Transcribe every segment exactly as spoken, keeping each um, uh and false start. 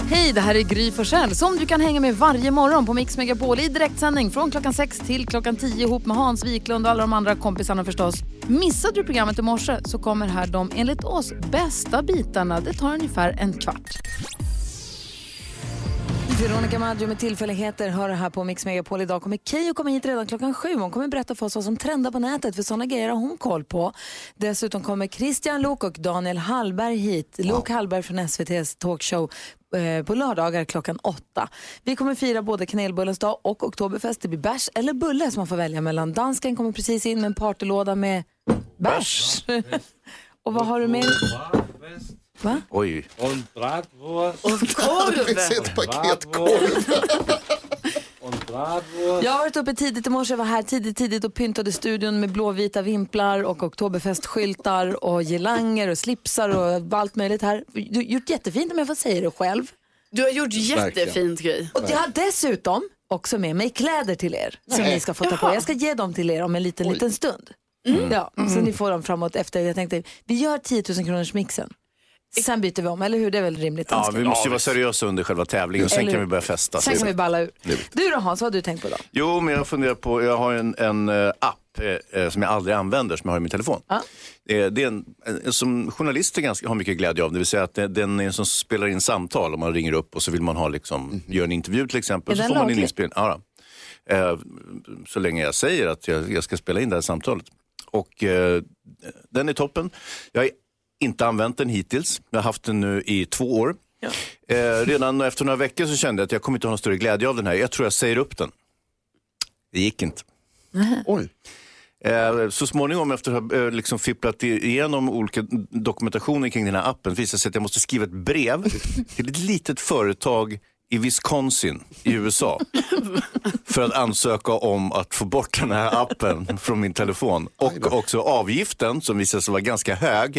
Hej, det här är Gry Forssell som du kan hänga med varje morgon på Mix Megapol i direktsändning från klockan sex till klockan tio ihop med Hans Wiklund och alla de andra kompisarna förstås. Missade du programmet i morse så kommer här de enligt oss bästa bitarna. Det tar ungefär en kvart. Veronica Maggio med tillfälligheter hör det här på Mix Megapol. Idag kommer Keyyo komma hit redan klockan sju. Hon kommer berätta för oss vad som trendar på nätet, för sådana grejer har hon koll på. Dessutom kommer Christian Lok och Daniel Hallberg hit. Wow. Lok Hallberg från S V T:s talkshow eh, på lördagar klockan åtta. Vi kommer fira både kanelbullens dag och oktoberfest. Det blir bärs eller bulle som man får välja mellan. Dansken kommer precis in med en partylåda med bärs. Och vad har du med? Va? Oj. Och bratwurst. Och korv. Ett paket korv. Jag har varit uppe tidigt i morse, jag var här tidigt tidigt och pyntade studion med blåvita vimplar och oktoberfestskyltar och gelanger och slipsar och allt möjligt här. Du har gjort jättefint om jag får säga det själv. Du har gjort jättefint grej. Och jag har dessutom också med mig kläder till er som Nej. ni ska få ta på. Jag ska ge dem till er om en liten, liten stund. Mm. Ja, mm. Så ni får dem framåt efter. Jag tänkte, vi gör tio tusen kronors mixen. Sen byter vi om, eller hur? Det är väl rimligt. Ja, vi måste ju vara seriösa under själva tävlingen. Sen eller, kan vi börja festa. Sen kan vi balla ur. Du då Hans, vad har du tänkt på då? Jo, men jag funderar på, jag har en, en uh, app uh, som jag aldrig använder, som jag har i min telefon. Ah. Uh, det är en, en, som journalister ganska, har mycket glädje av. Det vill säga att det, den är en som spelar in samtal. Om man ringer upp och så vill man ha liksom, mm. göra en intervju till exempel. Så får man en inspelning. Ja, uh, så länge jag säger att jag, jag ska spela in det här samtalet. Och uh, den är toppen. Jag är inte använt den hittills. Jag har haft den nu i två år. Ja. Eh, redan efter några veckor så kände jag att jag kommer inte ha någon större glädje av den här. Jag tror jag säger upp den. Det gick inte. Mm. Oj. Eh, så småningom efter att ha eh, liksom fipplat igenom olika dokumentationer kring den här appen visade sig att jag måste skriva ett brev till ett litet företag i Wisconsin i U S A för att ansöka om att få bort den här appen från min telefon. Och också avgiften som visade sig vara ganska hög.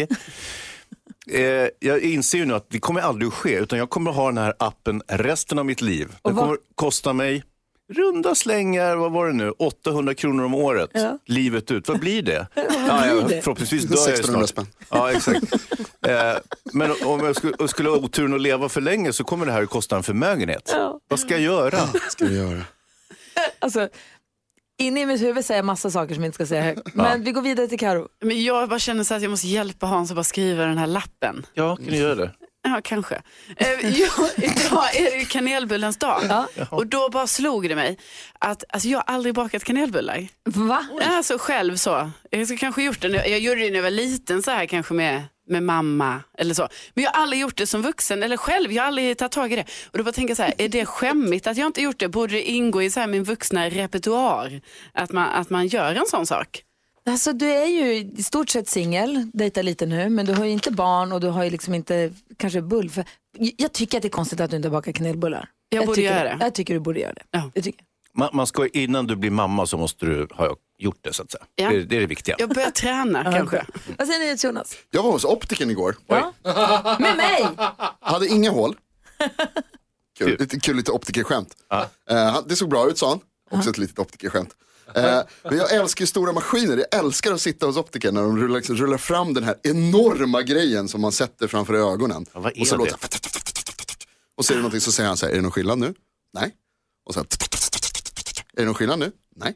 Eh, jag inser ju nu att det kommer aldrig att ske, utan jag kommer att ha den här appen resten av mitt liv. Det kommer kosta mig runda slängar, vad var det nu? åttahundra kronor om året. Ja. Livet ut. Vad blir det? Ja, ja, jag, förhoppningsvis dör jag snart. Spänn. Ja, exakt. eh, men om jag skulle, skulle ha oturen att leva för länge så kommer det här att kosta en förmögenhet. Ja. Vad ska jag göra? Vad ska jag göra? Alltså, inne i mitt huvud säger jag massa saker som jag inte ska säga högt. Men ja. vi går vidare till Karo. Men jag bara känner så att jag måste hjälpa Hans att bara skriva den här lappen. Ja, kan du göra det? Ja, kanske. Eh, jo, idag är det ju kanelbullens dag. Ja. Och då bara slog det mig att alltså, jag har aldrig bakat kanelbullar. Va? Alltså själv så. Jag ska kanske gjort det nu. Jag gjorde det när jag var liten så här kanske med, med mamma eller så. Men jag har aldrig gjort det som vuxen eller själv. Jag har aldrig tagit tag i det. Och då bara tänka så här, är det skämmigt att jag inte gjort det? Borde det ingå i så här min vuxna repertoar? Att man, att man gör en sån sak? Alltså du är ju i stort sett singel, dejtar lite nu, men du har ju inte barn och du har ju liksom inte kanske bull. För jag tycker att det är konstigt att du inte bakar kanelbullar. Jag, jag borde tycker, göra det. Jag tycker du borde göra det. Ja. Jag tycker. Man, man ska, innan du blir mamma så måste du ha gjort det så att säga. Ja. Det, det är det viktiga. Jag börjar träna kanske. Okay. Vad säger ni Jonas? Jag var hos optiken igår. Ja. Med mig? Hade inga hål. Kul, lite, kul lite optikerskämt. Uh, det såg bra ut, sa han. Också ett litet optikerskämt. Uh, men jag älskar ju stora maskiner. Jag älskar att sitta hos optiker när de rullar, liksom, rullar fram den här enorma grejen som man sätter framför ögonen. Ja, vad är och så det? låter och så är det någonting, så säger han så här: är det någon skillnad nu? Nej. Och så här, är det någon skillnad nu? Nej.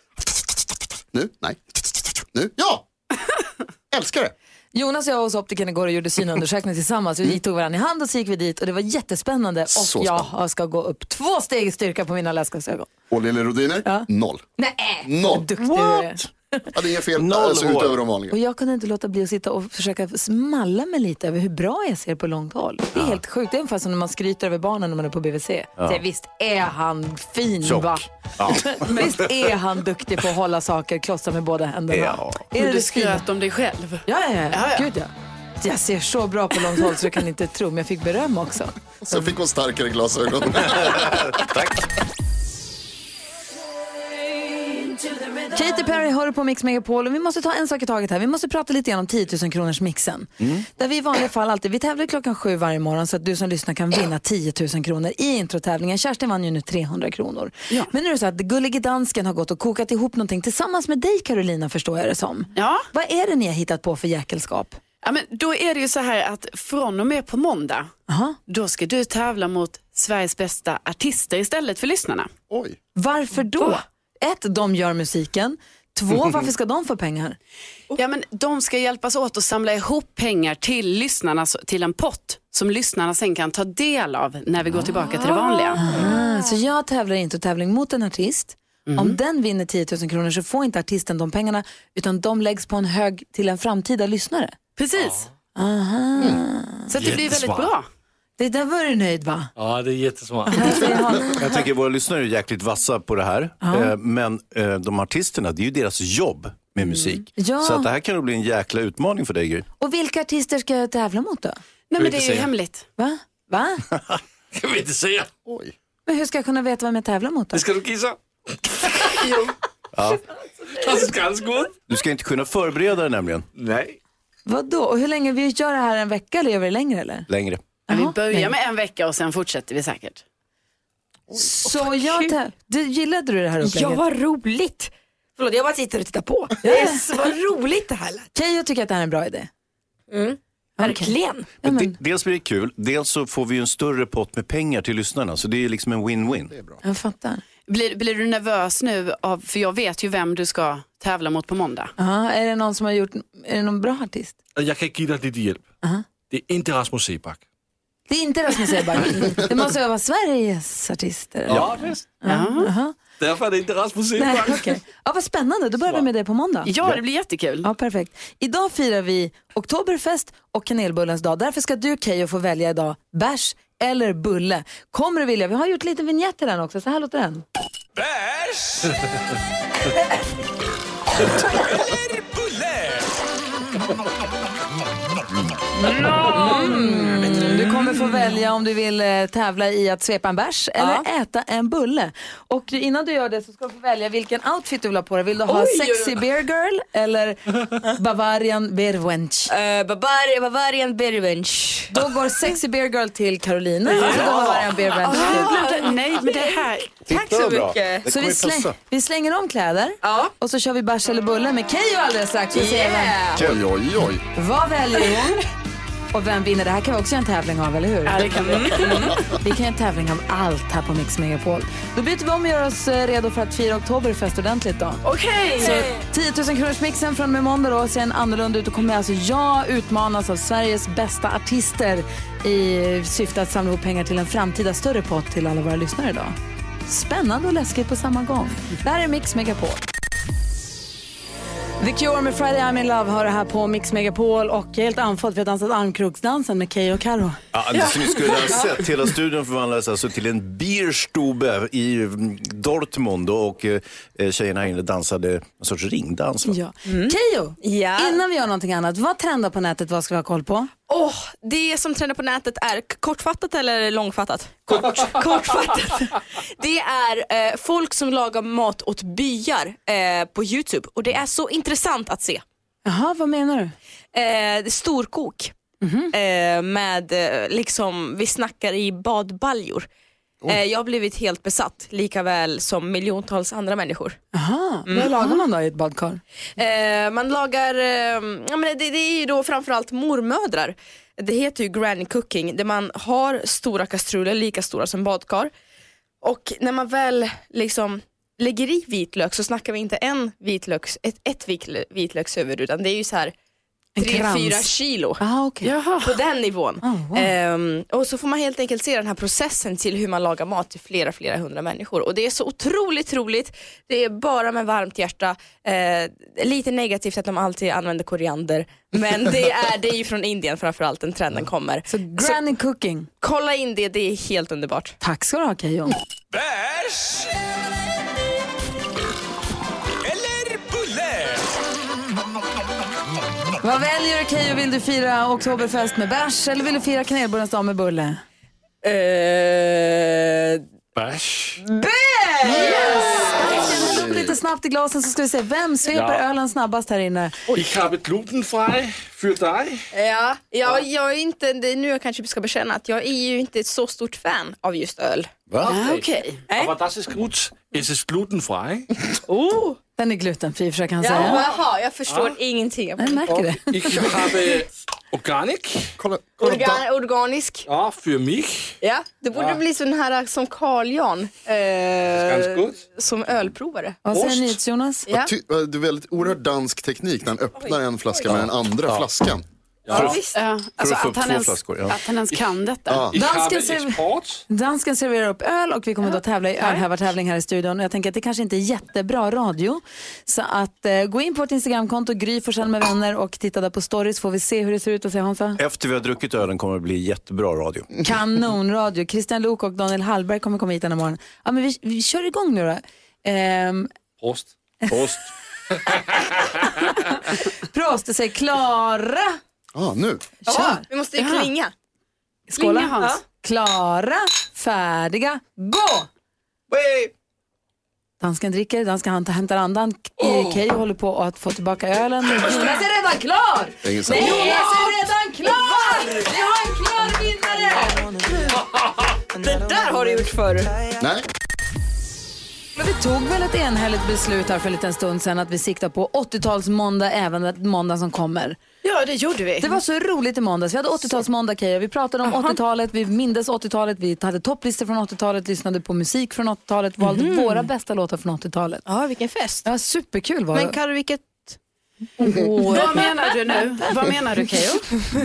Nu? Nej. Nu? Ja! Älskar det! Jonas och jag var hos optiken igår och gjorde synundersökning tillsammans. Vi tog varandra i hand och så gick vi dit och det var jättespännande. Och så jag spännande. Ska gå upp två steg i styrka på mina läsglasögon. Och Lille Rodiner? Ja. Noll. Nej, Noll. duktig du är. Ja, det är fel. Noll alltså, utöver de vanliga. Och jag kunde inte låta bli att sitta och försöka smalla mig lite över hur bra jag ser på långt håll. Det är ja. helt sjukt. Det är fast som när man skryter över barnen när man är på B V C. Ja. Så, visst är han fin, Tjock. Va? Ja. Visst är han duktig på att hålla saker, klossa med båda händerna. Ja. Är det du skröt om dig själv. Ja, ja, ja. ja, ja. Gud, ja. Jag ser så bra på långt håll så jag kan inte tro, men jag fick beröm också. Så fick hon starkare glasögon. Tack. Katy Perry hör på Mix Megapol och vi måste ta en sak i taget här. Vi måste prata lite grann om tio tusen kronors mixen. Mm. Där vi i vanliga fall alltid, vi tävlar klockan sju varje morgon så att du som lyssnar kan vinna tio tusen kronor i introtävlingen. Kerstin vann ju nu trehundra kronor. Ja. Men nu är det så att Gullige Dansken har gått och kokat ihop någonting tillsammans med dig, Carolina, förstår jag det som. Ja. Vad är det ni har hittat på för jäkelskap? Ja, men då är det ju så här att från och med på måndag, Aha. då ska du tävla mot Sveriges bästa artister istället för lyssnarna. Oj. Varför då? Va? Ett, de gör musiken. Två, varför ska de få pengar? Ja, men de ska hjälpas åt att samla ihop pengar till lyssnarna, till en pott som lyssnarna sen kan ta del av när vi går tillbaka till det vanliga. Ah, så jag tävlar inte tävling mot en artist. Mm. Om den vinner tio tusen kronor så får inte artisten de pengarna, utan de läggs på en hög till en framtida lyssnare. Precis. Aha. Mm. Så att det blir väldigt bra. Det där var du nöjd, va? Ja, det är jättesmart. Jag tycker våra lyssnare är jäkligt vassa på det här. Eh, men eh, de artisterna, det är ju deras jobb med musik. Ja. Så att det här kan nog bli en jäkla utmaning för dig, Gry. Och vilka artister ska jag tävla mot då? Nej, men det är ju säga. hemligt. Va? Va? Jag vill inte säga. Oj. Men hur ska jag kunna veta vem jag tävlar mot då? Det ska du gissa. Ja. Das ist ganz gut. Du ska inte kunna förbereda dig nämligen Nej. Vadå? Och hur länge? Vi gör det här en vecka eller gör vi det längre eller? längre. Men Jaha, vi börjar nej. med en vecka och sen fortsätter vi säkert. Så jag tä- du, gillade du det här upplägget? Ja, vad roligt. Förlåt, jag bara sitter och tittar på. Det är så vad roligt det här lät. Okej, jag tycker att det här är en bra idé. Verkligen. Ja, Men men, de, dels blir det kul, dels så får vi ju en större pott med pengar till lyssnarna. Så det är liksom en win-win. jag fattar. Blir, blir du nervös nu? Av, för jag vet ju vem du ska tävla mot på måndag. Aha, är det någon som har gjort, är det någon bra artist? Jag kan ge dig lite hjälp. Det är inte Rasmus Seebach. Det är inte Rasmus Seebach. Det måste ju vara Sveriges artister. Ja, visst. Aha. Därför är det inte Rasmus Nej, Seebach. okej. Ja, vad spännande. Då börjar vi med det på måndag. Ja, det blir jättekul. Ja, perfekt. Idag firar vi Oktoberfest och kanelbullens dag. Därför ska du, Keyyo, få välja idag bärs eller bulle. Kommer du vilja? Vi har gjort lite vignett till den också. Så här låter den. Bärs! Eller bulle! Mm, du kommer få välja om du vill eh, tävla i att svepa en bärs eller äta en bulle. Och innan du gör det så ska du få välja vilken outfit du vill ha på dig. Vill du ha Oj, sexy beer girl eller Bavarian Berwench? Uh, Bavarian, Bavarian Berwench. Då går sexy beer girl till Carolina och då Bavarian Berwench till... Ah, nej, men det här... Tack så mycket. Det Så kommer vi, släng, passa. vi slänger om kläder Ja. och så kör vi bärs eller bulle med Keyyo alldeles strax. Vi ser vem. Yeah. Oj, oj, oj. Vad väljer hon? Och vem vinner? Det här kan vi också göra en tävling av, eller hur? Ja, det kan vi. Vi kan göra en tävling av allt här på Mix Megapol. Då byter vi om och gör oss eh, redo för att fira Oktoberfest ordentligt då. Okej. Så tio tusen kronors mixen från med måndag då ser en annorlunda ut och kommer alltså jag utmanas av Sveriges bästa artister i syfte att samla ihop pengar till en framtida större pott till alla våra lyssnare idag. Spännande och läskigt på samma gång. Det här är Mix Megapol. The Cure med Friday I'm in Love har det här på Mix Megapol och jag är helt andfådd för att jag har dansat armkroksdansen med Keyyo och Karo. Ja, det som ni skulle ha sett, hela studion förvandlades alltså till en bierstube i Dortmund och eh, tjejerna här inne dansade en sorts ringdans. Va? Ja. Mm. Keyyo, Ja. innan vi gör någonting annat, vad trendar på nätet, vad ska vi ha koll på? Oh, det som trendar på nätet är k- kortfattat eller långfattat? Kort. Kortfattat. Det är eh, folk som lagar mat åt byar eh, på YouTube och det är så intressant att se. Jaha, vad menar du? Eh, det är storkok eh, med eh, liksom, vi snackar i badbaljor. Eh, jag har blivit helt besatt, lika väl som miljontals andra människor. Jaha, vad lagar man då i ett badkar? Eh, man lagar, eh, ja, men det, det är ju då framförallt mormödrar. Det heter ju granny cooking, där man har stora kastruller, lika stora som badkar. Och när man väl liksom lägger i vitlök så snackar vi inte en vitlöks, ett, ett vitlö, vitlökshuvud, utan det är ju så här En tre, krans. fyra kilo. Jaha, okej. Jaha. På den nivån. Oh, wow. Ehm, och så får man helt enkelt se den här processen till hur man lagar mat till flera, flera hundra människor. Och det är så otroligt roligt. Det är bara med varmt hjärta. Ehm, lite negativt att de alltid använder koriander. Men det är, det är ju från Indien framförallt den trenden kommer. Så granny cooking. Kolla in det, det är helt underbart. Tack ska du ha, Keyyo. Bärs! Eller bulle! Vad väljer du, Keyyo? Vill du fira Oktoberfest med bärs eller vill du fira kanelbullens dag med bulle? Ehm, Bärs. Yes! Häll upp lite snabbt i glasen så ska vi se vem sveper Ja. ölen snabbast här inne. Ich habe glutenfrei für dig. ja, ja, jag är inte, det är nu jag kanske ska bekänna att jag är ju inte ett så stort fan av just öl. Va? Ah, okej. Aber das ist gut. Es ist glutenfrei. Oh. Den är glutenfri, försöker han Ja, säga. jaha, jag förstår ingenting. Jag märker det. Ich habe Organic. Kolla, kolla Organ, organisk. Ja, för mig. Ja, det borde Ja. bli sån här som Carl Jan. Ganz Eh, gut. som ölprovare. Vad säger Ost. ni, Jonas? Ja. Ty, det är väldigt oerhört dansk teknik när han öppnar en flaska med den andra flaskan. Ja, visst. ja, alltså få att upp han, två ens, flaskor, ja. att han ens kan detta. Ja. Ich Dansken habe serv- Export. Dansken serverar upp öl och vi kommer då tävla i ölhävartävling här i studion. Jag tänker att det kanske inte är jättebra radio. Så att eh, gå in på vårt Instagramkonto, Gry Forssell med vänner, och titta där på stories, får vi se hur det ser ut. Och se, Hansa? Efter vi har druckit ölen kommer det bli jättebra radio. Kanonradio. Christian Luuk och Daniel Hallberg kommer komma hit den här morgonen. Ja, men vi, vi kör igång nu då. Ehm, Prost. Prost. Prost, det säger Klara. Ja, ah, nu. Ja, vi måste ju klinga. Skåla. Klinga, Hans. Klara, färdiga, gå! Dansken dricker, dansken han hämtar andan. Oh. Keyyo håller på att få tillbaka ölen. Jonas är redan klar! Det är ingen Nej, sant. Jonas är redan klar! Vi har en klar vinnare! Det där har du gjort förr. Nej. Men vi tog väl ett enhälligt beslut här för en liten stund sedan att vi siktar på åttio-talsmåndag även måndag som kommer. Ja, det gjorde vi. Det var så roligt i måndags. Vi hade åttio-talsmåndag, Keyyo. Vi pratade om åttio-talet, vi mindes åttio-talet, vi hade topplistor från åttio-talet, lyssnade på musik från åttio-talet, valde Mhm. våra bästa låtar från åttio-talet. Ja, vilken fest. Ja, superkul var det. Men Karo, vilket... Vad menar du nu? Vad menar du, Keyyo?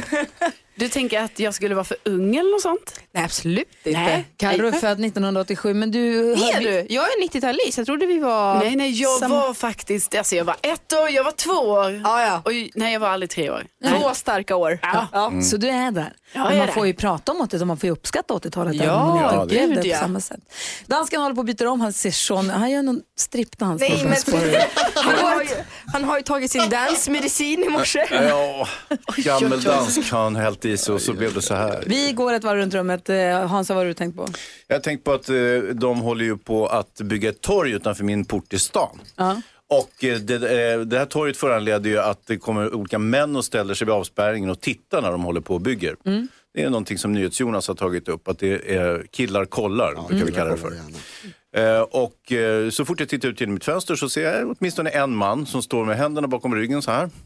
Du tänker att jag skulle vara för ung eller något sånt? Nej, absolut inte. Nej. Carro är född nittonhundraåttiosju, men du... Är du? Jag är nittiotalist. Jag trodde vi var... Nej, nej, jag samma- var faktiskt, alltså jag var ett år, jag var två år. Ja, ja. Och, nej, jag var aldrig tre år. Två starka år. Ja. Ja. Så du är där. Ja, Men jag man är får där. ju prata om åttio-talet, man får ju uppskatta åttio-talet. Ja, även om man ja, inte upplevde gud, det ja. på samma sätt. Dansken håller på att byta om, han ser sån, han gör någon strippdans. Nej, men Spår. han har, ju, han har ju tagit sin dansmedicin i morse. Ja, gammeldans kan hällt i sig och så blev det så här. Vi går ett varv runt rummet. Eh, Hans, vad har du tänkt på? Jag har tänkt på att eh, de håller ju på att bygga ett torg utanför min port i stan. Ja. Och eh, det, eh, det här torget föranleder ju att det kommer olika män och ställer sig vid avspärringen och tittar när de håller på och bygger. Mm. Det är någonting som NyhetsJonas har tagit upp, att det är killar kollar, brukar vi kalla det för. Eh, och eh, så fort jag tittar ut genom mitt fönster så ser jag åtminstone en man som står med händerna bakom ryggen så här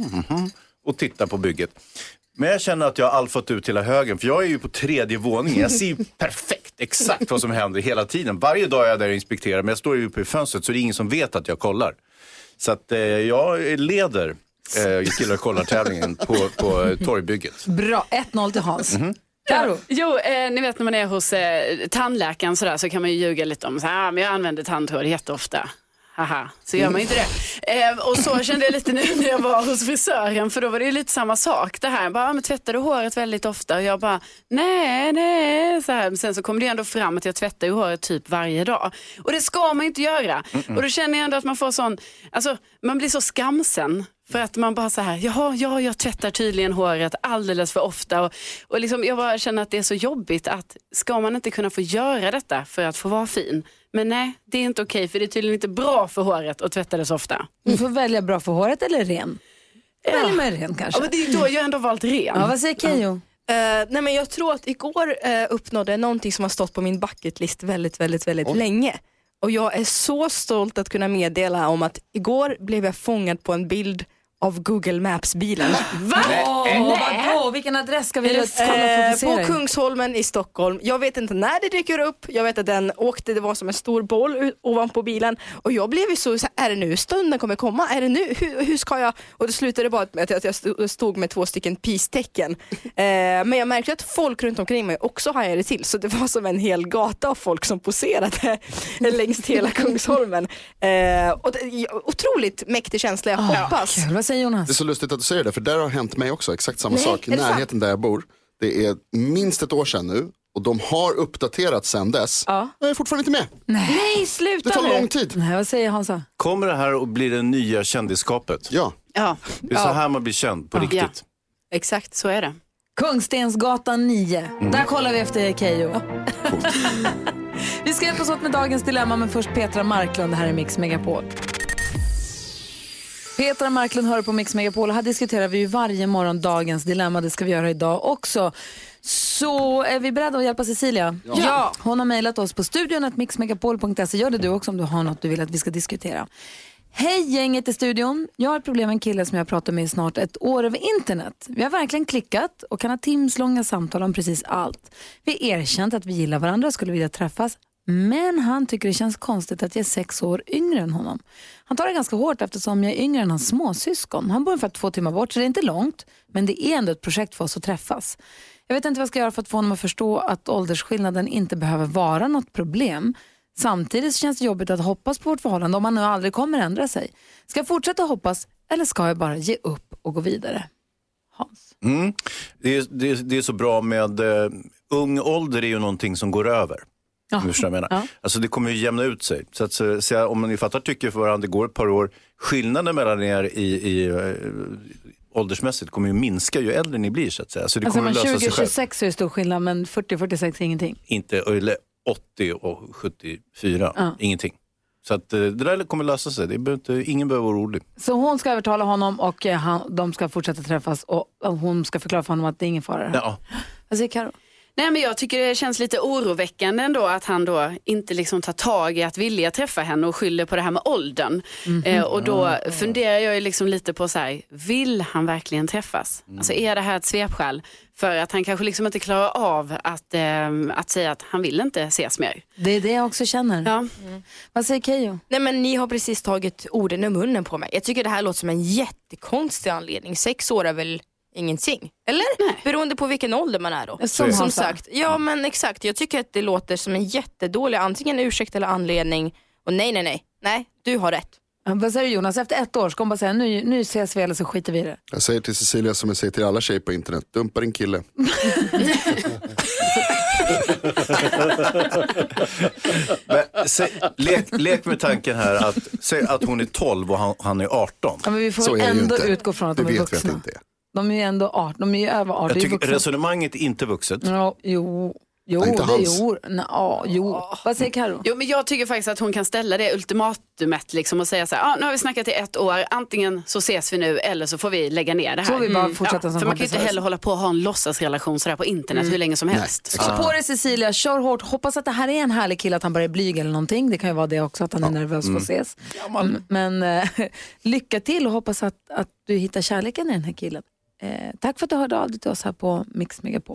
och tittar på bygget. Men jag känner att jag har alfat ut hela högen, för jag är ju på tredje våningen. Jag ser ju perfekt exakt vad som händer hela tiden. Varje dag är jag där och inspekterar, men jag står ju uppe i fönstret så det är ingen som vet att jag kollar. Så att eh, jag leder eh, killar kollar-tävlingen på, på eh, torgbygget. Bra, ett noll till Hans. Mhm. Karo. Jo, eh, ni vet när man är hos eh, tandläkaren sådär, så kan man ju ljuga lite om så här, ah, men jag använder tandtråd jätteofta. Haha, så gör man ju inte det. Eh, och så kände jag lite nu när jag var hos frisören, för då var det ju lite samma sak. Det här, bara, ah, men tvättar du håret väldigt ofta? Och jag bara, nej, nej. Så här. Men sen så kom det ändå fram att jag tvättar ju håret typ varje dag. Och det ska man inte göra. Mm-mm. Och då känner jag ändå att man får sån, alltså man blir så skamsen. För att man bara så här, jaha, ja, jag tvättar tydligen håret alldeles för ofta. Och, och liksom, jag bara känner att det är så jobbigt att ska man inte kunna få göra detta för att få vara fin? Men nej, det är inte okej, för det är tydligen inte bra för håret att tvätta det så ofta. Du får välja bra för håret eller ren. Ja. Välj med ren kanske. Ja, men det är då jag ändå valt ren. Ja, vad säger Keyyo? Uh, nej men jag tror att igår uh, uppnådde någonting som har stått på min bucketlist väldigt, väldigt, väldigt Oj. länge. Och jag är så stolt att kunna meddela om att igår blev jag fångad på en bild av Google Maps-bilen. Va? Åh, vadå? Vilken adress ska vi kolla för att få se på dig? Kungsholmen i Stockholm. Jag vet inte när det dyker upp. Jag vet att den åkte, det var som en stor boll u- ovanpå bilen. Och jag blev ju så, så här, är det nu stunden kommer komma? Är det nu? Hur, hur ska jag? Och det slutade bara med att jag stod- stod med två stycken peace-tecken. Eh, men jag märkte att folk runt omkring mig också hajade till. Så det var som en hel gata av folk som poserade längs hela Kungsholmen. Eh, och det, otroligt mäktig känsla, jag hoppas. Kul, vad säger Jonas? Det är så lustigt att du säger det, för där har hänt mig också exakt samma Nej, sak. I är det närheten där jag bor. Det är minst ett år sedan nu och de har uppdaterat sedan dess. Ja. Jag är fortfarande inte med. Nej, sluta Det tar nu. lång tid. Nej, vad säger Hansa? Kommer det här att bli det nya kändisskapet? Ja. Ja, Det är så här man blir känd på riktigt. exakt så är det. Kungstensgatan nio. Där kollar vi efter Keyyo. Vi ska hjälpas åt med dagens dilemma, men först Petra Marklund. Det här är Mix Megapol. Petra Marklund hör på Mix Megapol och här diskuterar vi ju varje morgon dagens dilemma. Det ska vi göra idag också. Så är vi beredda att hjälpa Cecilia? Ja. Ja. Hon har mejlat oss på studion at mixmegapol punkt se. Gör det du också om du har något du vill att vi ska diskutera. Hej gänget i studion. Jag har ett problem med en kille som jag pratat med i snart ett år över internet. Vi har verkligen klickat och kan ha timslånga samtal om precis allt. Vi har erkänt att vi gillar varandra och skulle vilja träffas. Men han tycker det känns konstigt att jag är sex år yngre än honom. Han tar det ganska hårt eftersom jag är yngre än hans småsyskon. Han bor ungefär två timmar bort så det är inte långt. Men det är ändå ett projekt för oss att träffas. Jag vet inte vad jag ska göra för att få honom att förstå att åldersskillnaden inte behöver vara något problem. Samtidigt känns det jobbigt att hoppas på vårt förhållande om han nu aldrig kommer ändra sig. Ska jag fortsätta hoppas eller ska jag bara ge upp och gå vidare? Hans. Mm. Det, är, det, är, det är så bra med uh, ung ålder är ju någonting som går över. Ja. Jag menar. Ja. Alltså det kommer ju jämna ut sig. Så, att, så, så om ni fattar tycker för varandra, det går ett par år. Skillnaden mellan er i, i uh, åldersmässigt kommer ju minska ju äldre ni blir så att säga. Så det alltså kommer lösa sig själv. tjugo tjugosex är det stor skillnad men fyrtio fyrtiosex är ingenting. Inte, eller åttio och sjuttiofyra, ja. Ingenting. Så att det där kommer lösa sig. Det behöver inte, ingen behöver vara orolig. Så hon ska övertala honom och han, de ska fortsätta träffas och, och hon ska förklara för honom att det är ingen fara. Ja. Vad säger Karo? Nej, men jag tycker det känns lite oroväckande ändå att han då inte liksom tar tag i att vilja träffa henne och skyller på det här med åldern. Mm-hmm. Eh, och då mm. funderar jag ju liksom lite på så här, vill han verkligen träffas? Mm. Alltså är det här ett svepskäl för att han kanske liksom inte klarar av att, eh, att säga att han vill inte ses mer? Det är det jag också känner. Ja. Mm. Vad säger Keyyo? Nej, men ni har precis tagit orden i munnen på mig. Jag tycker det här låter som en jättekonstig anledning. Sex år är väl ingenting, eller? Nej. Beroende på vilken ålder man är då. Som, som sagt, ja men exakt. Jag tycker att det låter som en jättedålig antingen ursäkt eller anledning. Och nej, nej, nej. Nej, du har rätt. Ja, vad säger du Jonas? Efter ett år ska hon bara säga, nu, nu ses vi eller så skiter vi i det. Jag säger till Cecilia som jag säger till alla tjejer på internet, dumpa din kille. Men, se, lek, lek med tanken här att, se, att hon är tolv och han, han är arton. Ja, men vi får så ändå utgå från att det de är vuxna. Vet vi att det inte är. De är ju ändå arton, de är ju över arton. Jag tycker resonemanget är inte vuxet. Ja, jo, jo, nej, det är jo. Nå, jo. Vad säger Karo? Jo, men jag tycker faktiskt att hon kan ställa det ultimatumet liksom och säga så här, ah, nu har vi snackat i ett år, antingen så ses vi nu eller så får vi lägga ner det här. Så vi bara fortsätta mm. som ja, för man kan ju inte heller hålla på och ha en låtsasrelation sådär på internet mm. hur länge som helst. Så på det Cecilia, kör hårt, hoppas att det här är en härlig kille, att han bara är blyg eller någonting. Det kan ju vara det också, att han är ja. nervös för att mm. ses. Mm. Men äh, lycka till och hoppas att, att du hittar kärleken i den här killen. Eh, tack för att du hörde av dig till oss här på Mix Megapol.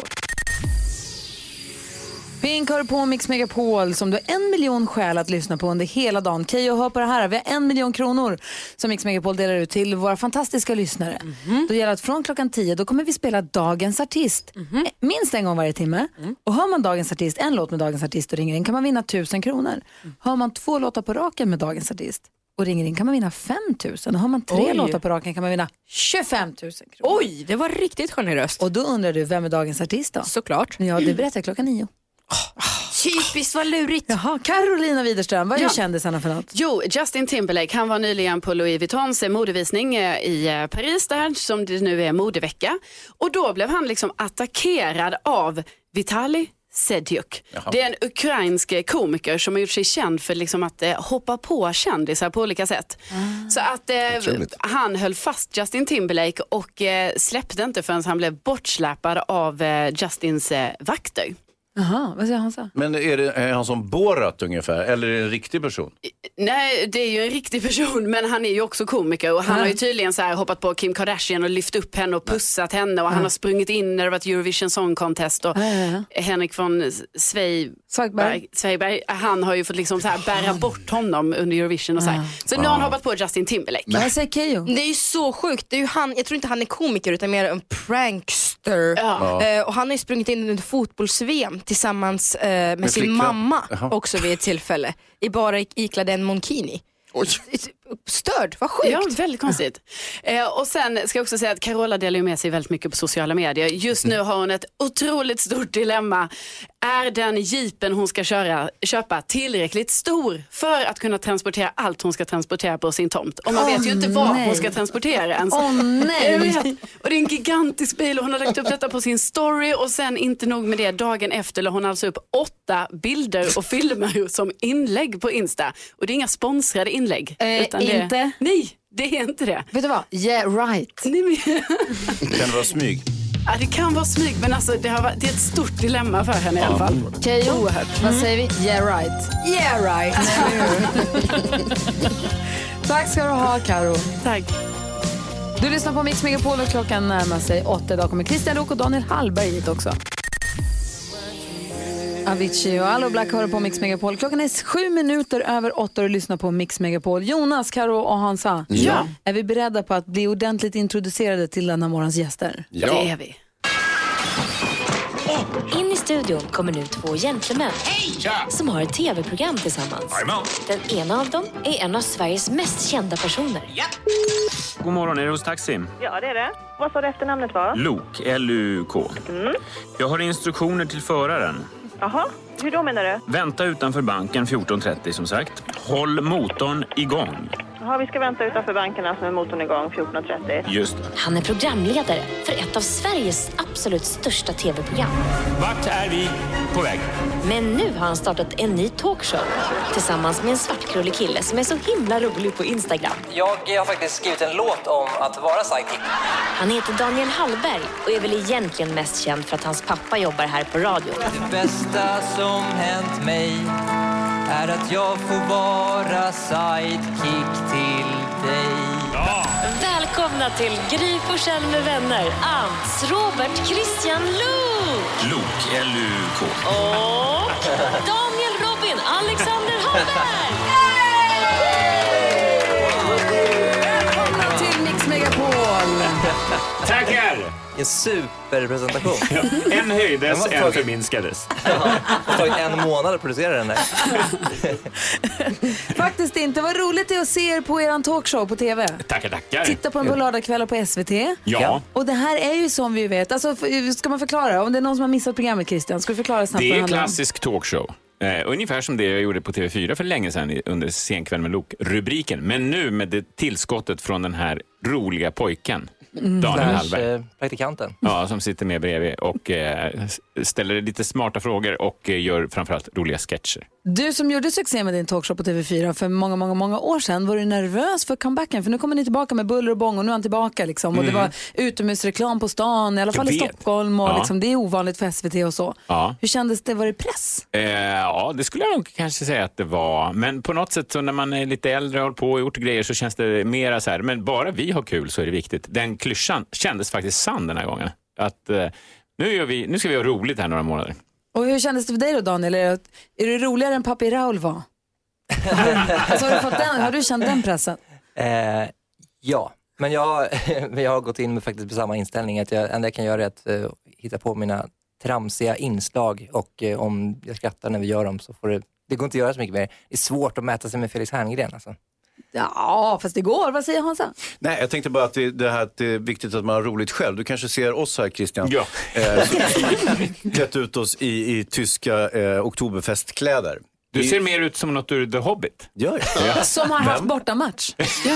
Pink hör på Mix Megapol som du har en miljon skäl att lyssna på under hela dagen. Keyyo, hör på det här. Vi har en miljon kronor som Mix Megapol delar ut till våra fantastiska lyssnare. Mm-hmm. Då gäller att från klockan tio då kommer vi spela dagens artist. Mm-hmm. Minst en gång varje timme. Mm. Och hör man dagens artist, en låt med dagens artist och ringer in kan man vinna tusen kronor. Mm. Hör man två låtar på raken med dagens artist och ringer in kan man vinna fem tusen. Och har man tre Oj. låtar på raken kan man vinna tjugofem tusen kronor. Oj, det var riktigt generöst. Och då undrar du, vem är dagens artist då? Såklart. Ja, det berättar jag klockan nio. Oh, typiskt, vad lurigt. Jaha, Carolina Widerström, vad är ja. kändisarna för något? Jo, Justin Timberlake, han var nyligen på Louis Vuittons modevisning i Paris där, som det nu är modevecka. Och då blev han liksom attackerad av Vitali Sedjuk. Jaha. Det är en ukrainsk komiker som har gjort sig känd för liksom att eh, hoppa på kändisar på olika sätt. Mm. Så att eh, han höll fast Justin Timberlake och eh, släppte inte förrän han blev bortsläpad av eh, Justins eh, vakter. Jaha, vad säger han så? Men är det är han som Borat ungefär, eller är det en riktig person? Nej, det är ju en riktig person, men han är ju också komiker och han mm. har ju tydligen så här hoppat på Kim Kardashian och lyft upp henne och pussat henne och mm. han har sprungit in när det var Eurovision Song Contest och mm. Henrik von Svej... Svagberg. Svagberg, han har ju fått liksom så här bära bort honom under Eurovision och så här. Mm. Så nu har han hoppat på Justin Timberlake. Men jag säger Keyyo. Det är ju så sjukt, det är ju han, jag tror inte han är komiker utan mer en prankster. Ja. Uh, och han har ju sprungit in under fotbolls-V M tillsammans uh, med, med sin mamma. Jaha. Också vid ett tillfälle. I bara iklädd en monkini. Oj. Störd, vad sjukt. Ja, väldigt konstigt. Eh, och sen ska jag också säga att Carola delar ju med sig väldigt mycket på sociala medier. Just nu har hon ett otroligt stort dilemma. Är den jeepen hon ska köra, köpa tillräckligt stor för att kunna transportera allt hon ska transportera på sin tomt? Och man oh, vet ju inte vad nej. hon ska transportera ens. Åh oh, nej! Och det är en gigantisk bil och hon har lagt upp detta på sin story och sen inte nog med det, dagen efter la hon alltså upp åtta bilder och filmer som inlägg på Insta. Och det är inga sponsrade inlägg. Eh, utan det, inte? Nej, det är inte det. Vet du vad? Yeah, right. Nej, men... Kan det vara smyg? Ja, det kan vara smyg, men alltså, det, har varit, det är ett stort dilemma för henne i alla fall. Okej, okay, oerhört. Mm. Vad säger vi? Yeah, right. Yeah, right. Så Tack ska du ha, Karo. Tack. Du lyssnar på Mix Megapol och klockan närmar sig åtta. Idag kommer Christian Luuk och Daniel Hallberg hit också. Avicii och Allo Black hör på Mix Megapol. Klockan är sju minuter över åtta och lyssnar på Mix Megapol. Jonas, Karo och Hansa. Ja. Är vi beredda på att bli ordentligt introducerade till denna morgons gäster? Ja. Det är vi. In i studion kommer nu två gentlemän som har ett tv-program tillsammans. Den ena av dem är en av Sveriges mest kända personer. God morgon, är det hos Taxi? Ja, det är det. Vad sa du efternamnet var? Luuk, L U K. Mm. Jag har instruktioner till föraren. Jaha, hur då menar du? Vänta utanför banken fjorton trettio som sagt. Håll motorn igång. Jaha, vi ska vänta utanför banken alltså med motorn igång fjorton trettio. Just det. Han är programledare för ett av Sveriges absolut största tv-program. Vart är vi på väg? Men nu har han startat en ny talkshow tillsammans med en svartkrullig kille som är så himla rolig på Instagram. Jag har faktiskt skrivit en låt om att vara sidekick. Han heter Daniel Hallberg och är väl egentligen mest känd för att hans pappa jobbar här på radio. Det bästa som hänt mig är att jag får vara sidekick till dig. Ja. Välkomna till Gry Forssell med vänner, Ants, Robert, Christian Luuk. Luuk, L U K. Och Daniel Robin, Alexander Hallberg. Välkomna till Mix Megapol. Tackar! En superpresentation. Ja. En höjdes, en förminskades. Ja, det har tagit en månad att producera den där. Faktiskt inte. Vad roligt det är att se er på er talkshow på tv. Tackar, tackar. Titta på den på lördagskvällar på S V T. Ja. Och det här är ju som vi vet. Alltså, ska man förklara? Om det är någon som har missat programmet, Christian, ska du förklara snabbt? Det är klassisk talkshow. Eh, ungefär som det jag gjorde på T V fyra för länge sedan under Senkväll med Luuk-rubriken. Men nu med det tillskottet från den här roliga pojken. Mm. Daniel Hallberg. Eh, praktikanten. Ja, som sitter med bredvid och eh, ställer lite smarta frågor och eh, gör framförallt roliga sketcher. Du som gjorde succé med din talkshow på T V fyra för många, många, många år sedan, var du nervös för comebacken? För nu kommer ni tillbaka med buller och bång och nu är han tillbaka liksom. Och Mm. det var utomhusreklam på stan, i alla fall i Stockholm och Ja. liksom, det är ovanligt för S V T och så. Ja. Hur kändes det? Var det press? Eh, ja, det skulle jag nog kanske säga att det var. Men på något sätt så när man är lite äldre och håller på och gjort grejer så känns det mera så här. Men bara vi har kul så är det viktigt. Den klyschan kändes faktiskt sann den här gången. Att eh, nu, gör vi, nu ska vi ha roligt här några månader. Och hur kändes det för dig då, Daniel? Är det, är det roligare än Papi Raul var? alltså, har, du fått den, har du känt den pressen? Eh, ja, men jag, jag har gått in med faktiskt med samma inställning. Att jag, enda jag kan göra är att eh, hitta på mina tramsiga inslag och eh, om jag skrattar när vi gör dem så får det, det går inte att göra så mycket mer. Det är svårt att mäta sig med Felix Herngren alltså. Ja, fast det går. Vad säger Hansa? Nej, jag tänkte bara att det, det här att det är viktigt att man har roligt själv. Du kanske ser oss här, Christian. Ja. Eh, som som klätt ut oss i, i tyska eh, oktoberfestkläder. Du ser mer ut som något ur The Hobbit. Gör jag? Ja. Som har haft bortamatch.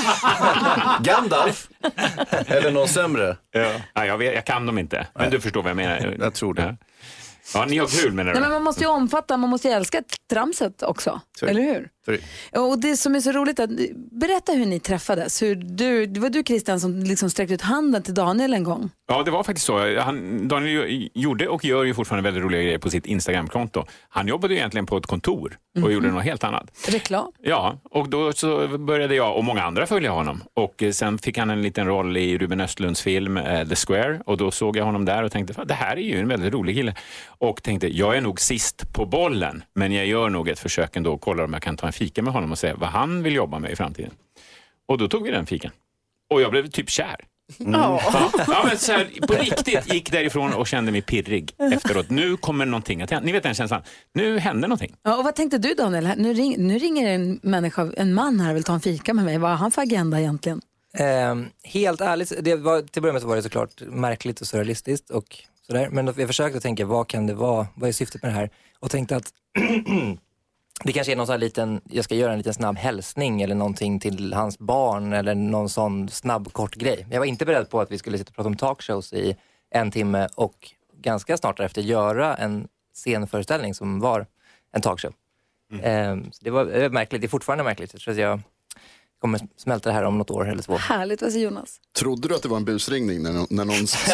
Gandalf? Eller någon sämre? Ja. Ja, jag, vet, jag kan dem inte, men du förstår vad jag menar. Jag tror det. Ja, ja ni har kul menar du? Nej, men man måste ju omfatta, man måste ju älska tramset också. Sorry. Eller hur? Sorry. Och det som är så roligt att, berätta hur ni träffades. Hur du, det var du, Christian, som liksom sträckte ut handen till Daniel en gång. Ja, det var faktiskt så. Han, Daniel gjorde och gör ju fortfarande väldigt roliga grejer på sitt Instagramkonto. Han jobbade ju egentligen på ett kontor och mm. gjorde något helt annat. Reklam. Ja, och då så började jag och många andra följa honom. Och sen fick han en liten roll i Ruben Östlunds film eh, The Square. Och då såg jag honom där och tänkte, det här är ju en väldigt rolig kille. Och tänkte, jag är nog sist på bollen. Men jag gör nog ett försök ändå och kollar om jag kan ta en fika med honom och se vad han vill jobba med i framtiden. Och då tog vi den fiken. Och jag blev typ kär. Mm. Ja. Ja, men så här, på riktigt gick därifrån och kände mig pirrig efteråt. Nu kommer någonting att hända. Ni vet den känslan. Nu händer någonting. Ja, och vad tänkte du, Daniel? Nu, ring, nu ringer en människa, en man här och vill ta en fika med mig. Vad har han för agenda egentligen? Eh, helt ärligt, det var, till början så var det såklart märkligt och surrealistiskt och sådär. Men jag försökte tänka, vad kan det vara? Vad är syftet med det här? Och tänkte att det kanske är någon sån här liten, jag ska göra en liten snabb hälsning eller någonting till hans barn eller någon sån snabb kort grej. Jag var inte beredd på att vi skulle sitta och prata om talkshows i en timme och ganska snart därefter göra en scenföreställning som var en talkshow. Mm. Eh, det var märkligt, det är fortfarande märkligt. Jag tror att jag kommer smälta det här om något år eller två. Härligt, vad säger Jonas? Trodde du att det var en busringning när, någon, när någon sa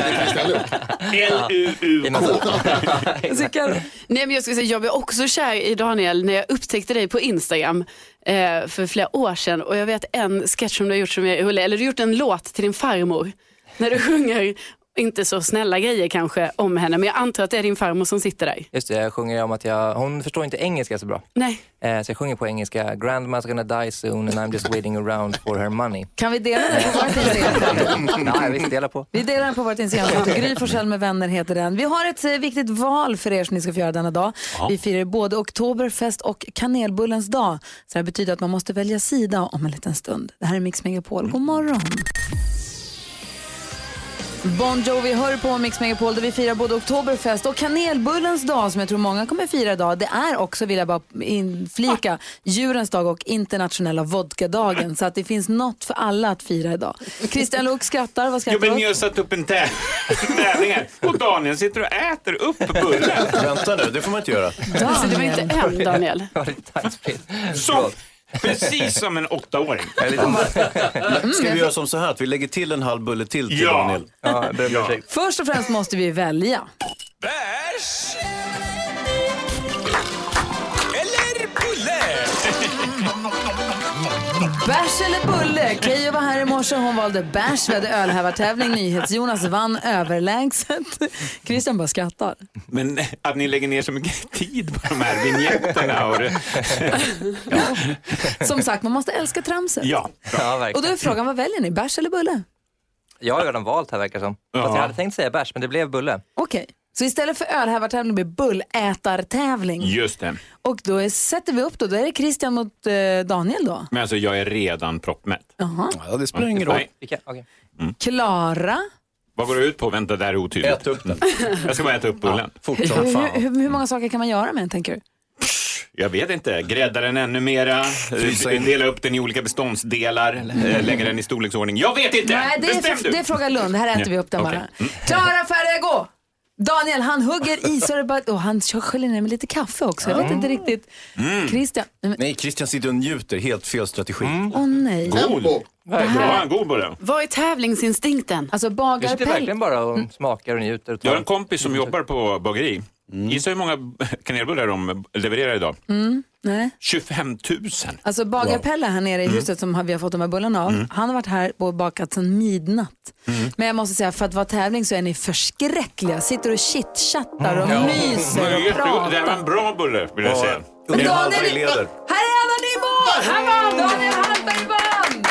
L U U K. Nej, men jag ska säga, jag blev också kär i Daniel när jag upptäckte dig på Instagram. eh, för flera år sedan. Och jag vet en sketch som du har gjort som jag, eller du har gjort en låt till din farmor. När du sjunger inte så snälla grejer kanske om henne. Men jag antar att det är din farmor som sitter där. Just det, jag sjunger om att jag, hon förstår inte engelska så bra. Nej. Eh, så jag sjunger på engelska. Grandma's gonna die soon and I'm just waiting around for her money. Kan vi dela den på vårt Instagram? Nej, vi ska dela på. Vi delar den på vårt Instagram. Gry Forssell med vänner heter den. Vi har ett eh, viktigt val för er som ni ska få göra denna dag. Ja. Vi firar både Oktoberfest och kanelbullens dag. Så det betyder att man måste välja sida om en liten stund. Det här är Mix Megapol. God morgon. Bon Jovi hör på Mix Megapol där vi firar både Oktoberfest och kanelbullens dag som jag tror många kommer fira idag. Det är också, vill jag bara inflika, djurens dag och internationella vodkadagen. Så att det finns något för alla att fira idag. Christian Luuk skrattar, vad skrattar du? Jo, men ni har satt upp en tä- tävling här och Daniel sitter och äter upp bullen. Vänta nu, det får man inte göra. Alltså, det var inte en, Daniel. Så, precis som en åttaåring. Men ska vi göra som så här att vi lägger till en halv bulle till till ja. Daniel? Ja, det är ja. Först och främst måste vi välja. Bärs eller bulle? Bärs eller bulle? Keyyo var här i morse och hon valde bärs. Vi hade ölhävartävling. NyhetsJonas vann överlägset. Christian bara skrattar. Men att ni lägger ner så mycket tid på de här vigneterna. Och det... ja. Som sagt, man måste älska tramset. Ja, ja och då är frågan, vad väljer ni? Bärs eller bulle? Jag har redan valt här verkar som. Ja. Fast jag hade tänkt säga bärs, men det blev bulle. Okej. Okay. Så istället för ölhävartävling blir bullätartävling. Just det. Och då är, sätter vi upp då. Då är det Christian mot eh, Daniel då. Men alltså jag är redan proppmätt. Jaha. Ja, det spelar ingen roll. Okay. Mm. Klara. Vad går det ut på? Vänta, där är otydligt. Ät upp den. Jag ska bara äta upp bullen. Ja, fort som fan. Hur, hur, hur många saker kan man göra med den, tänker du? Jag vet inte. Grädda den ännu mera. Dela upp den i olika beståndsdelar. Lägga den i storleksordning. Jag vet inte! Nej, det är, det är fråga Lund. Här äter ja. vi upp den okay. bara. Mm. Klara, färdiga, gå! Daniel, han hugger i så det bara, och han sköljer ner med lite kaffe också. Jag vet inte riktigt. Mm. Christian. Nej, Christian sitter och njuter. Helt fel strategi. Åh mm. oh, nej. God. Det här... God både. Vad är tävlingsinstinkten? Alltså bagar. Jag sitter verkligen bara och smakar och njuter. Och jag har en kompis som jobbar på bageri. Mm. Gissa hur många kanelbullar de levererar idag? Mm. Nej. tjugofem tusen. Alltså bagarpelle här nere i huset mm. som vi har fått de här bullarna av. Mm. Han har varit här och bakat sedan midnatt. Mm. Men jag måste säga, för att vara tävling så är ni förskräckliga. Sitter och chitchattar och mm. myser och pratar. Det är en bra bulle, vill jag säga. Och Daniel, här är Anna Nimo! Han vann! Daniel Hallberg vann!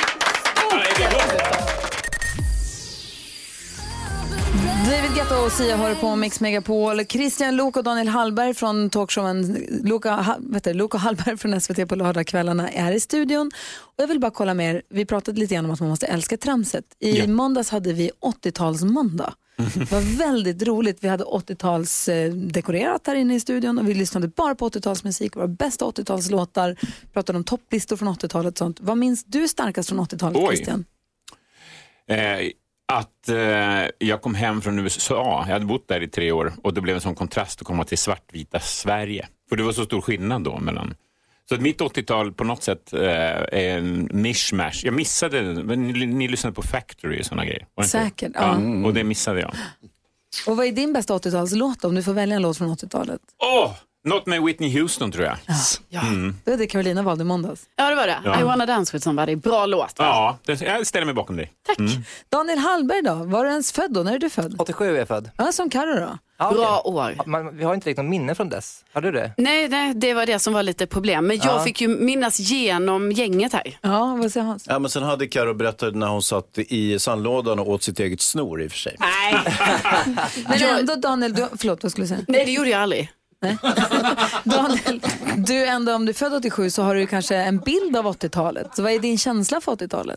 David Guetta och Sia hör på Mix Megapol. Christian Luuk och Daniel Hallberg från talkshowen Luka, vet du, Luka Hallberg från S V T på lördagskvällarna är i studion. Och jag vill bara kolla med er. Vi pratade lite grann om att man måste älska tramset. I ja. måndags hade vi åttiotalsmåndag. Det var väldigt roligt. Vi hade åttio-tals eh, dekorerat här inne i studion och vi lyssnade bara på åttio-talsmusik. Våra bästa åttio-talslåtar. Pratade om topplistor från åttio-talet och sånt. Vad minns du starkast från åttio-talet, Christian? Eh, att eh, jag kom hem från U S A. Jag hade bott där i tre år och det blev en sån kontrast att komma till svartvita Sverige. För det var så stor skillnad då mellan... Så att mitt åttio-tal på något sätt eh, är en mishmash. Jag missade, ni, ni lyssnade på Factory och sådana grejer. Säkert, ja. ja. Mm. Och det missade jag. Och vad är din bästa åttio-talslåt om du får välja en låt från åttio-talet? Åh, oh, något med Whitney Houston tror jag. Ja, mm. det var det Carolina valde i måndags. Ja, det var det. Ja. I wanna dance with somebody. Bra låt. Va? Ja, det, jag ställer mig bakom dig. Tack. Mm. Daniel Hallberg då? Var du ens född då? När är du född? åttiosju är jag född. Ja, som Karo då? Ja, bra okay. år. Ja, man, vi har inte riktigt någon minne från dess. Har du det? Nej, nej, det var det som var lite problem. Men jag ja. fick ju minnas genom gänget här. Ja, vad säger Hans? Ja, men sen hade Karo berättat när hon satt i sandlådan och åt sitt eget snor i och för sig. Nej. Men ändå Daniel, du, förlåt vad skulle du säga? Nej, det gjorde jag aldrig. Nej. Daniel, du ändå om du är född åttiosju så har du kanske en bild av åttio-talet. Så vad är din känsla för åttio-talet?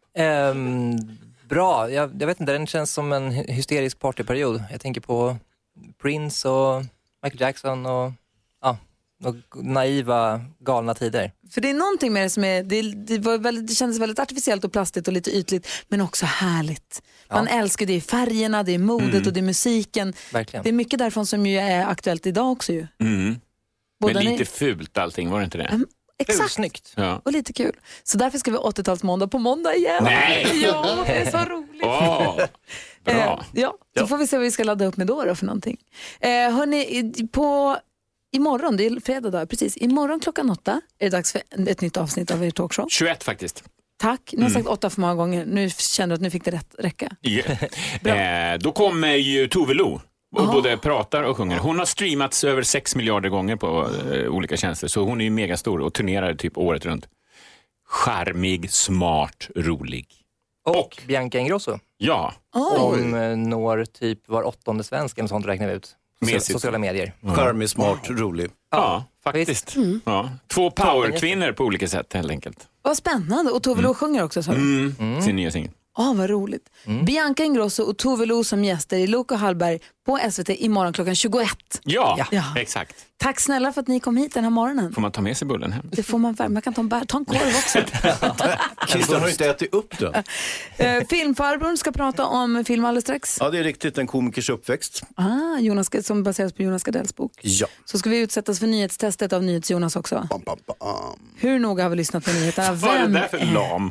Um, bra, jag, jag vet inte, den känns som en hysterisk partyperiod. Jag tänker på Prince och Michael Jackson och, ja, och naiva, galna tider. För det är någonting med det som är, det, det, var väldigt, det kändes väldigt artificiellt och plastigt och lite ytligt, men också härligt. Man ja. älskar det, färgerna, det är modet mm. och det är musiken. Verkligen. Det är mycket därifrån som ju är aktuellt idag också ju. Mm. Men lite ni... fult allting, var det inte det? Mm. Exakt, snyggt. Ja. Och lite kul. Så därför ska vi åttio-talsmåndag på måndag igen. Nej! Ja, det är så roligt. Oh, bra. Eh, ja, så ja. får vi se vad vi ska ladda upp med då, då för någonting. Eh, hörni, på imorgon, det är fredag då, precis. Imorgon klockan åtta är det dags för ett nytt avsnitt av er talkshow. tjugoett faktiskt. Tack, ni har sagt åtta för många gånger. Nu känner du att nu fick det rätt räcka. Yeah. eh, då kommer ju Tove Lo och oh. både pratar och sjunger. Hon har streamats över sex miljarder gånger på eh, olika tjänster. Så hon är ju megastor och turnerar typ året runt. Charmig, smart, rolig. Och, och Bianca Ingrosso. Ja. Som oh. når typ var åttonde svensk eller sånt räknar vi ut. Med sociala medier. Mm. Charmig, smart, wow. rolig. Ja, faktiskt. Mm. Ja. Två powerkvinnor på olika sätt helt enkelt. Vad spännande. Och Tove Lo mm. sjunger också. Mm. Mm. Sin nya singel. Åh, oh, vad roligt. Mm. Bianca Ingrosso och Tove Lo som gäster i Loco Hallberg på S V T imorgon klockan tjugoett. Ja, ja, exakt. Tack snälla för att ni kom hit den här morgonen. Får man ta med sig bullen hem? Det får man, man kan ta en, bär, ta en korv också. Christian har inte ätit upp den. uh, Filmfarbrorn ska prata om film alldeles strax. Ja, det är riktigt. En komikers uppväxt. Ah, Jonas, som baseras på Jonas Gardells bok. Ja. Så ska vi utsättas för nyhetstestet av NyhetsJonas också. Bam, bam, bam. Hur noga har vi lyssnat på nyheterna? Vad är det där för lam?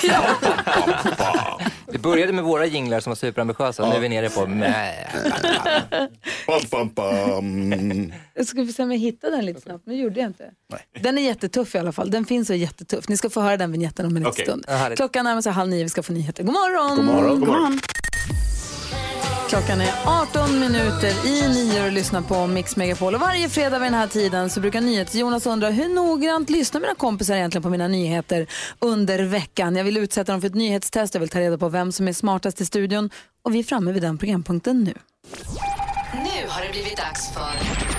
Det började med våra jinglar som var superambitiösa och nu är vi nere på bam, bam, bam. Jag ska vi se om jag hittar den lite snabbt. Nu gjorde jag inte. Nej. Den är jättetuff i alla fall. Den finns och är jättetuff. Ni ska få höra den vignetten om en okay. liten stund. Klockan närmar sig halv nio. Vi ska få nyheter. God morgon! God morgon! God morgon. Klockan är arton minuter i nio och lyssnar på Mix Megapol. Och varje fredag vid den här tiden så brukar NyhetsJonas undra hur noggrant lyssnar mina kompisar egentligen på mina nyheter under veckan. Jag vill utsätta dem för ett nyhetstest. Jag vill ta reda på vem som är smartast i studion. Och vi är framme vid den programpunkten nu. Nu har det blivit dags för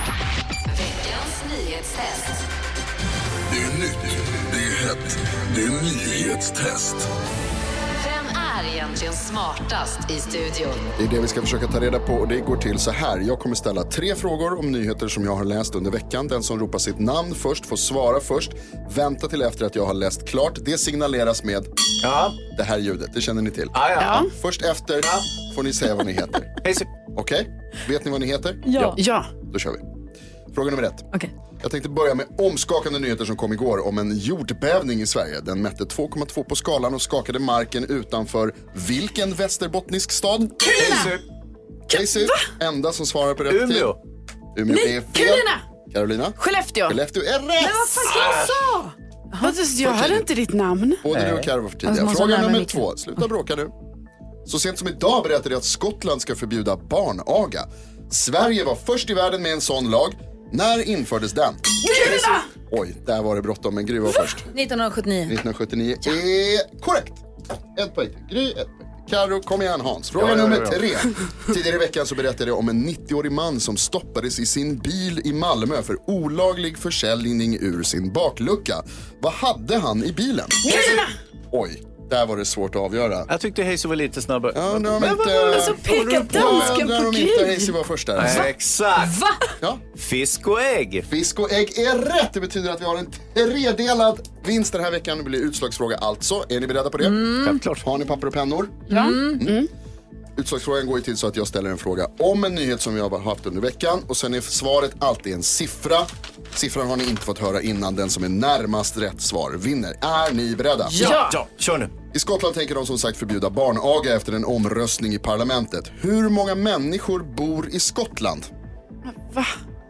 veckans nyhetstest. Det är nytt, det är hett, det är nyhetstest. Vem är egentligen smartast i studion? Det är det vi ska försöka ta reda på och det går till så här. Jag kommer ställa tre frågor om nyheter som jag har läst under veckan. Den som ropar sitt namn först får svara först. Vänta till efter att jag har läst klart. Det signaleras med ja. det här ljudet. Det känner ni till. Ja, ja. Ja. Först efter ja. får ni säga vad ni heter. Okej? Okay? Vet ni vad ni heter? Ja. Ja. Då kör vi. Fråga nummer ett. Okay. Jag tänkte börja med omskakande nyheter som kom igår om en jordbävning i Sverige. Den mätte två komma två på skalan och skakade marken utanför vilken västerbottnisk stad? Kiruna! Casey, enda som svarar på rätt Umeå. tid. Umeå Nej, är fel. Kiruna! Carolina? Skellefteå. Skellefteå är rätt! Men vad fan jag sa? Vad, jag hade inte ditt namn. Både Nej. du och Karo var för tidiga. Alltså, Fråga nummer mycket. två. Sluta bråka nu. Så sent som idag berättade jag att Skottland ska förbjuda barnaga. Sverige var först i världen med en sån lag. När infördes den? Gruna! Oj, där var det bråttom, men Gry var först. nittonhundrasjuttionio. nittonhundrasjuttionio är korrekt. Ett poäng till Gry, ett poäng till Karo. Kom igen Hans. Fråga ja, nummer ja, ja. tre. Tidigare i veckan så berättade jag om en nittioårig man som stoppades i sin bil i Malmö för olaglig försäljning ur sin baklucka. Vad hade han i bilen? Gruna! Oj. Där var det svårt att avgöra. Jag tyckte Hayes var lite snabbare. Ja, men inte... vad var det som pekade dansken på Gry? Inte Hayes var först där. Nej, exakt. Va? Ja. Fisk och ägg. Fisk och ägg är rätt. Det betyder att vi har en tredelad vinst den här veckan. Det blir utslagsfråga alltså. Är ni beredda på det? Mm. Självklart. Har ni papper och pennor? Ja. Mm. Mm. Utslagsfrågan går ju till så att jag ställer en fråga om en nyhet som jag har haft under veckan. Och sen är svaret alltid en siffra. Siffran har ni inte fått höra innan. Den som är närmast rätt svar vinner. Är ni beredda? Ja, ja. Kör nu. I Skottland tänker de som sagt förbjuda barnaga efter en omröstning i parlamentet. Hur många människor bor i Skottland? Va?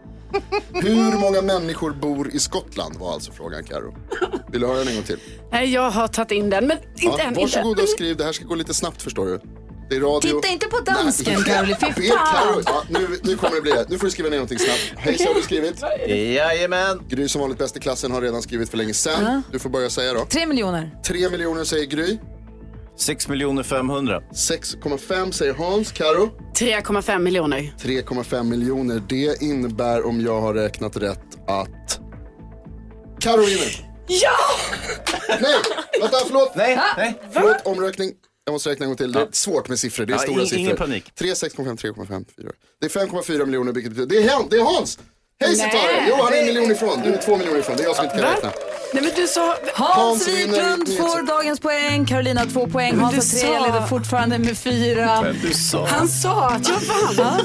Hur många människor bor i Skottland var alltså frågan, Karo. Vill du höra den en gång till? Nej, jag har tagit in den, men inte ja, än. Varsågod och skriv, det här ska gå lite snabbt förstår du. Det är radio. Titta inte på dansken, Karoli, fy fan. Ja, nu, nu kommer det bli det. Nu får du skriva ner någonting snabbt. Hej, så har du skrivit? Jajamän. Gry som vanligt bäst i klassen har redan skrivit för länge sedan. Uh-huh. Du får börja säga då. Tre miljoner. Tre miljoner säger Gry. sex miljoner femhundra. sex komma fem säger Hans. Karo? tre komma fem miljoner. tre komma fem miljoner. Det innebär, om jag har räknat rätt, att Karo vinner. Ja! Nej, vänta, förlåt. Nej, nej. Förlåt, omräkning. Jag måste räkna en gång till. Det är svårt med siffror. Det är ja, stora ingen, siffror. Ingen panik. tre, sex komma fem, tre komma fem, fyra. Det är fem komma fyra miljoner, vilket betyder... Det är, han, det är Hans! Hej Sittare! Jo, han är en miljon ifrån. Du är två miljoner ifrån. Det är jag som inte kan räkna. Nej, men du sa... Hans, Hans Wiklund får dagens poäng. Carolina två poäng. Hans har tre. Jag leder fortfarande med fyra. Men du sa... Han sa att jag vann.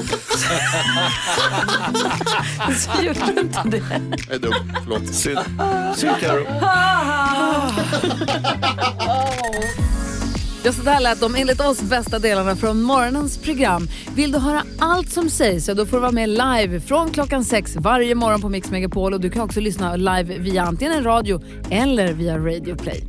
Så gjorde du inte det. Jag är dum. Förlåt. Synd. Synd, Karo. Ja, så där lät de enligt oss bästa delarna från morgonens program. Vill du höra allt som sägs så då får du vara med live från klockan sex varje morgon på Mix Megapol. Och du kan också lyssna live via antingen en radio eller via Radio Play.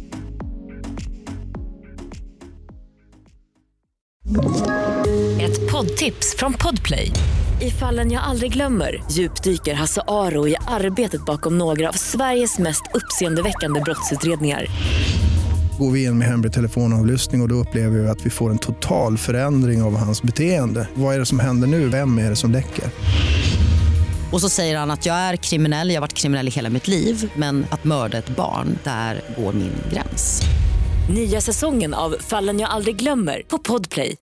Ett poddtips från Podplay. I Fallen jag aldrig glömmer djupdyker Hasse Aro i arbetet bakom några av Sveriges mest uppseendeväckande brottsutredningar. Går vi in med hemlig telefonavlyssning och, och då upplever vi att vi får en total förändring av hans beteende. Vad är det som händer nu? Vem är det som läcker? Och så säger han att jag är kriminell, jag har varit kriminell i hela mitt liv. Men att mörda ett barn, där går min gräns. Nya säsongen av Fallen jag aldrig glömmer på Podplay.